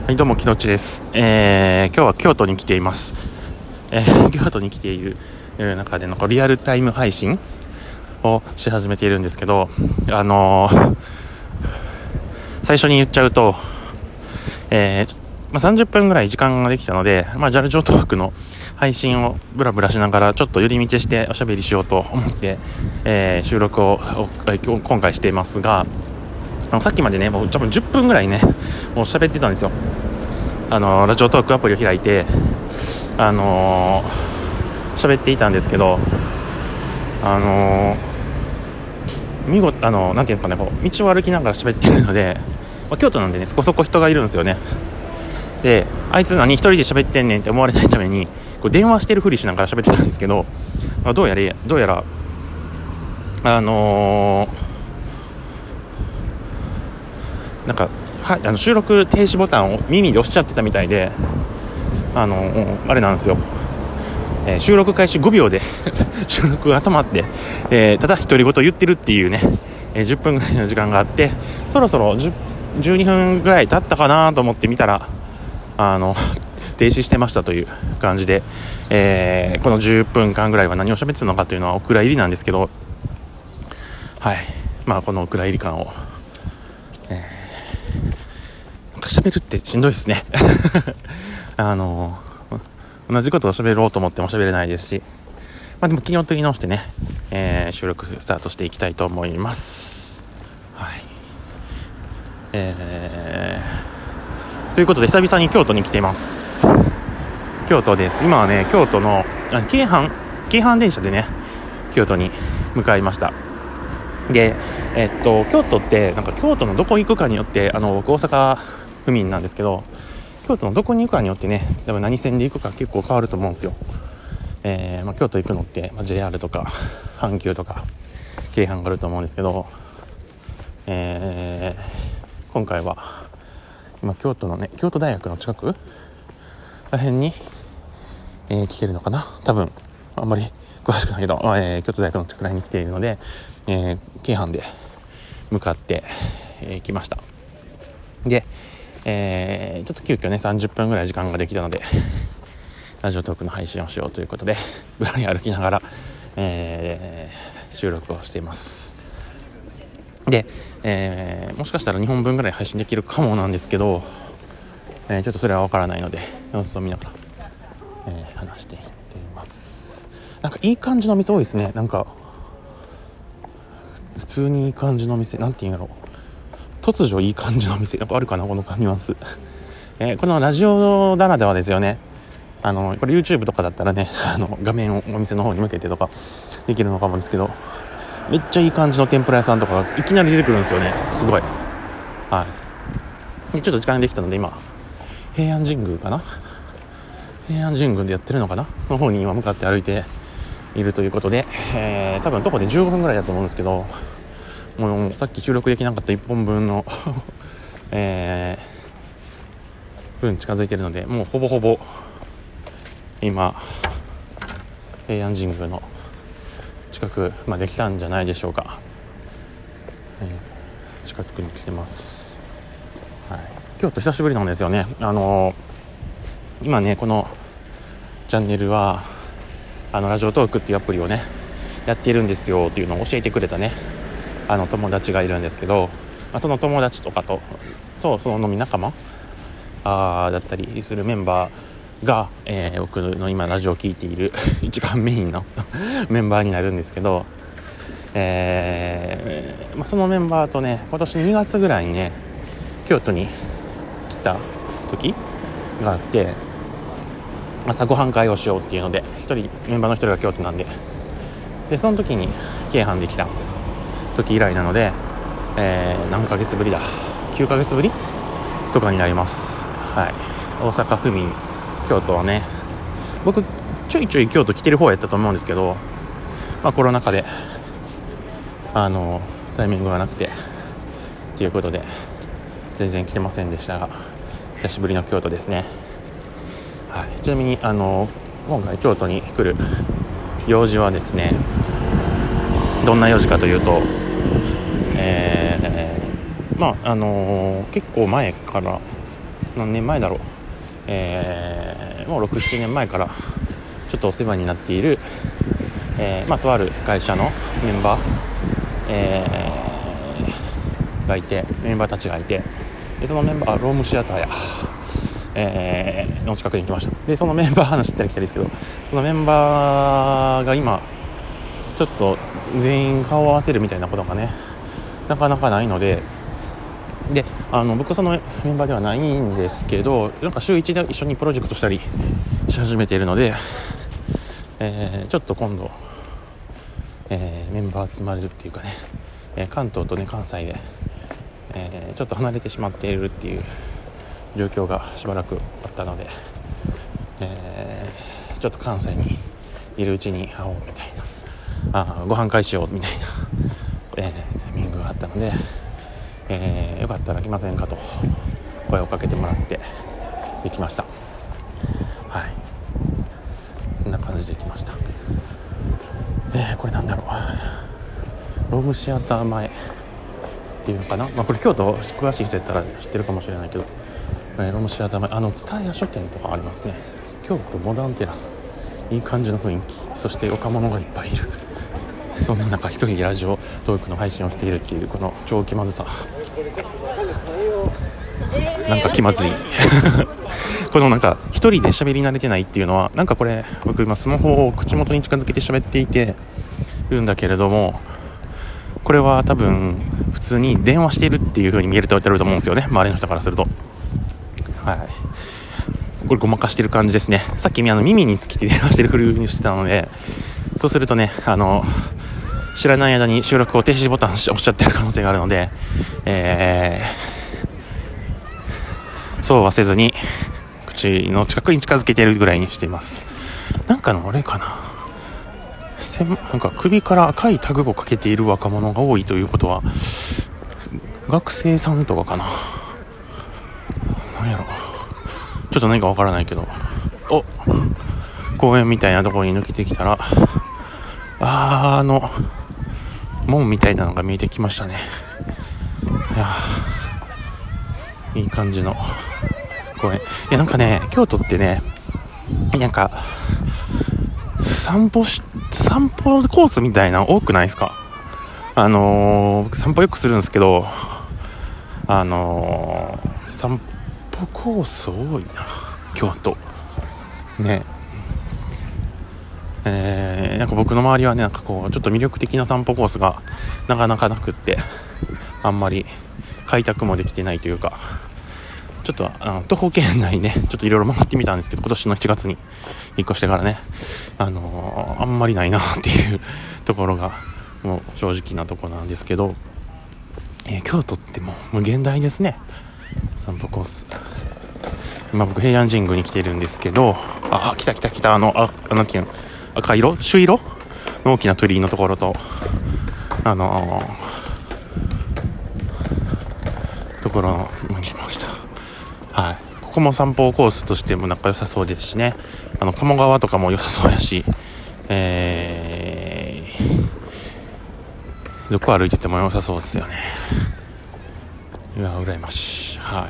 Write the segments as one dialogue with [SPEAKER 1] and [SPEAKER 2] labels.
[SPEAKER 1] はい、どうも、きのちです。今日は京都に来ています。京都に来ている中でのリアルタイム配信をし始めているんですけど、最初に言っちゃうと、30分ぐらい時間ができたので、ジャルジョートークの配信をブラブラしながらちょっと寄り道しておしゃべりしようと思って、収録を今回していますが、さっきまでね、もう多分10分ぐらいね、もう喋ってたんですよ。ラジオトークアプリを開いて、喋っていたんですけど、見事、なんていうんですかね、こう道を歩きながら喋っているので、京都なんでね、そこそこ人がいるんですよね。で、あいつ何一人で喋ってんねんって思われないために、こう電話してるふりしながら喋ってたんですけど、どうやら、なんか収録停止ボタンを耳で押しちゃってたみたいで、あれなんですよ、収録開始5秒で収録が止まって、ただ独り言言ってるっていうね、10分ぐらいの時間があって、そろそろ12分ぐらい経ったかなと思って見たら停止してましたという感じで、この10分間ぐらいは何を喋ってたのかというのはお蔵入りなんですけど、はい、このお蔵入り感を喋るってしんどいですね同じことを喋ろうと思っても喋れないですし、でも気を取り直してね、収録スタートしていきたいと思います。はい、ということで久々に京都に来ています。京都です。今はね、京都の京阪電車でね、京都に向かいました。で、京都ってなんか京都のどこ行くかによって、僕大阪府民なんですけど、京都のどこに行くかによってね、多分何線で行くか結構変わると思うんですよ。京都行くのって、JR とか阪急とか京阪があると思うんですけど、今回は今京都のね、京都大学の近くら辺に、来てるのかな、多分あんまり詳しくないけど、京都大学の近くら辺に来ているので、京阪で向かって、来ました。で、ちょっと急遽ね30分ぐらい時間ができたのでラジオトークの配信をしようということでぶらり歩きながら、収録をしています。で、もしかしたら2本分ぐらい配信できるかもなんですけど、ちょっとそれは分からないので様子を見ながら、話していっています。なんかいい感じの店多いですね。なんか普通にいい感じの店、なんていうんやろ、突如いい感じの店やっぱあるかな、このニュアンス、このラジオならではですよね。これ YouTube とかだったらね、画面をお店の方に向けてとかできるのかもですけど、めっちゃいい感じの天ぷら屋さんとかがいきなり出てくるんですよね。すごい。はい。でちょっと時間できたので今平安神宮かな、平安神宮でやってるのかなの方に今向かって歩いているということで、多分どこで15分ぐらいだと思うんですけど、もうさっき収録できなかった1本分の分近づいているので、もうほぼほぼ今平安神宮の近くまで来たんじゃないでしょうか。近づくに来てます。はい、京都久しぶりなんですよね。今ねこのチャンネルはラジオトークっていうアプリをねやっているんですよっていうのを教えてくれたね友達がいるんですけど、その友達とかとその飲み仲間だったりするメンバーが、僕の今ラジオを聴いている一番メインのメンバーになるんですけど、そのメンバーとね今年2月ぐらいにね京都に来た時があって、朝ごはん会をしようっていうのでメンバーの一人が京都なんで、その時に京阪で来た時以来なので、何ヶ月ぶりだ、9ヶ月ぶりとかになります。はい、大阪府民、京都はね、僕ちょいちょい京都来てる方やったと思うんですけど、コロナ禍でタイミングがなくてということで全然来てませんでしたが、久しぶりの京都ですね。はい、ちなみに今回京都に来る用事はですね、どんな用事かというと、結構前から何年前だろう、もう 6,7 年前からちょっとお世話になっている、とある会社のメンバー、メンバーたちがいて、でそのメンバーロームシアターの近くに来ました。でそのメンバー話したり来たりですけど、そのメンバーが今ちょっと全員顔を合わせるみたいなことがねなかなかないので、僕そのメンバーではないんですけど、なんか週1で一緒にプロジェクトしたりし始めているので、ちょっと今度、メンバー集まれるっていうかね、関東とね関西で、ちょっと離れてしまっているっていう状況がしばらくあったので、ちょっと関西にいるうちに会おうみたいな、ご飯会しようみたいな、タイミングがあったので、よかったら来ませんかと声をかけてもらってできました。はい、こんな感じで来ました。これなんだろう、ロームシアター前っていうのかな、これ京都詳しい人やったら知ってるかもしれないけど、ロームシアター前、蔦屋書店とかありますね。京都モダンテラス、いい感じの雰囲気、そして若者がいっぱいいる。そんな中一人でラジオトークの配信をしているっていうこの超気まずさ、なんか気まずいこのなんか一人で喋り慣れてないっていうのは、なんかこれ僕今スマホを口元に近づけて喋っていてるんだけれども、これは多分普通に電話しているっていう風に見えると思うんですよね、周りの人からすると。はい、これごまかしてる感じですね。さっき耳につけて電話してるふりにしてたので、そうするとね、知らない間に収録を停止ボタン押しちゃってる可能性があるので、そうはせずに口の近くに近づけてるぐらいにしています。なんかあれかな、なんか首から赤いタグをかけている若者が多いということは学生さんとかかな、なんやろ、ちょっと何かわからないけど、公園みたいなところに抜けてきたら門みたいなのが見えてきましたね。いい感じの公園。なんかね、京都ってね、なんか散歩コースみたいなの多くないですか？僕散歩よくするんですけど、散歩コース多いな京都ね。なんか僕の周りはね、なんかこうちょっと魅力的な散歩コースがなかなかなくって、あんまり開拓もできてないというか、ちょっと徒歩圏内ね、ちょっといろいろ回ってみたんですけど、今年の7月に引っ越してからね、あんまりないなっていうところがもう正直なところなんですけど、京都ってもう無限大ですね、散歩コース。今僕平安神宮に来てるんですけど、来たなんていうの、赤色朱色の大きな鳥居のところと、ところに来ました。はい、ここも散歩コースとしても仲良さそうですしね、鴨川とかも良さそうやし、どこ歩いてても良さそうですよね。いや羨ましい。はい、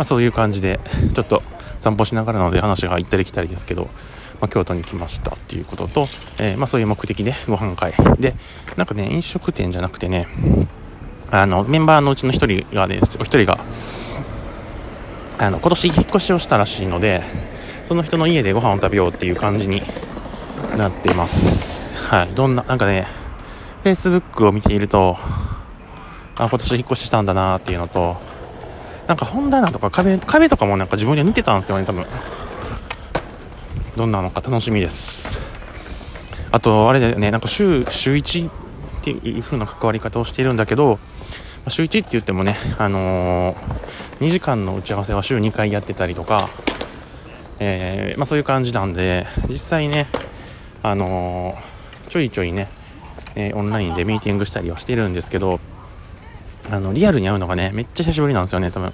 [SPEAKER 1] そういう感じでちょっと散歩しながらので話が行ったり来たりですけど、京都に来ましたっていうことと、そういう目的でご飯会で、なんかね、飲食店じゃなくてね、メンバーのうちの一人が今年引っ越しをしたらしいので、その人の家でご飯を食べようっていう感じになっています。はい、なんかね、Facebook を見ていると、今年引っ越ししたんだなっていうのと、なんか本棚とか壁とかもなんか自分で塗ってたんですよね、多分。どんなのか楽しみです。あとあれでね、なんか週1っていう風な関わり方をしているんだけど、週1って言ってもね、2時間の打ち合わせは週2回やってたりとか、そういう感じなんで、実際ね、ちょいちょいね、オンラインでミーティングしたりはしてるんですけど、リアルに会うのがね、めっちゃ久しぶりなんですよね、多分。い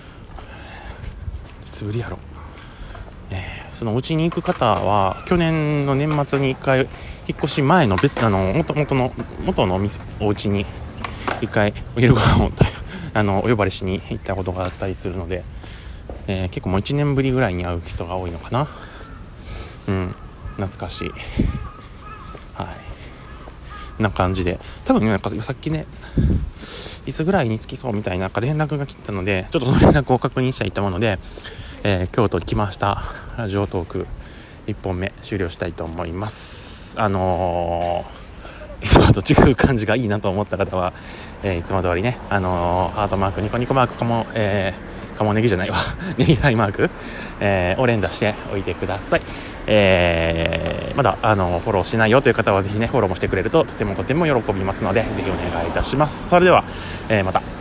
[SPEAKER 1] つぶりやろ。そのうちに行く方は去年の年末に1回引っ越し前の元のお家に1回お昼ご飯をお呼ばれしに行ったことがあったりするので、結構もう1年ぶりぐらいに会う人が多いのかな。懐かしい。な感じで、多分なんかさっきね、いつぐらいに着きそうみたいな連絡が来たので、ちょっとその連絡を確認したいと思うので、京都に来ましたラジオトーク1本目終了したいと思います。いつもと違う感じがいいなと思った方は、いつも通りね、ハートマーク、ニコニコマークかもネギじゃないわネギライマーク、を連打しておいてください。まだフォローしないよという方はぜひねフォローもしてくれるととても喜びますので、ぜひお願いいたします。それでは、また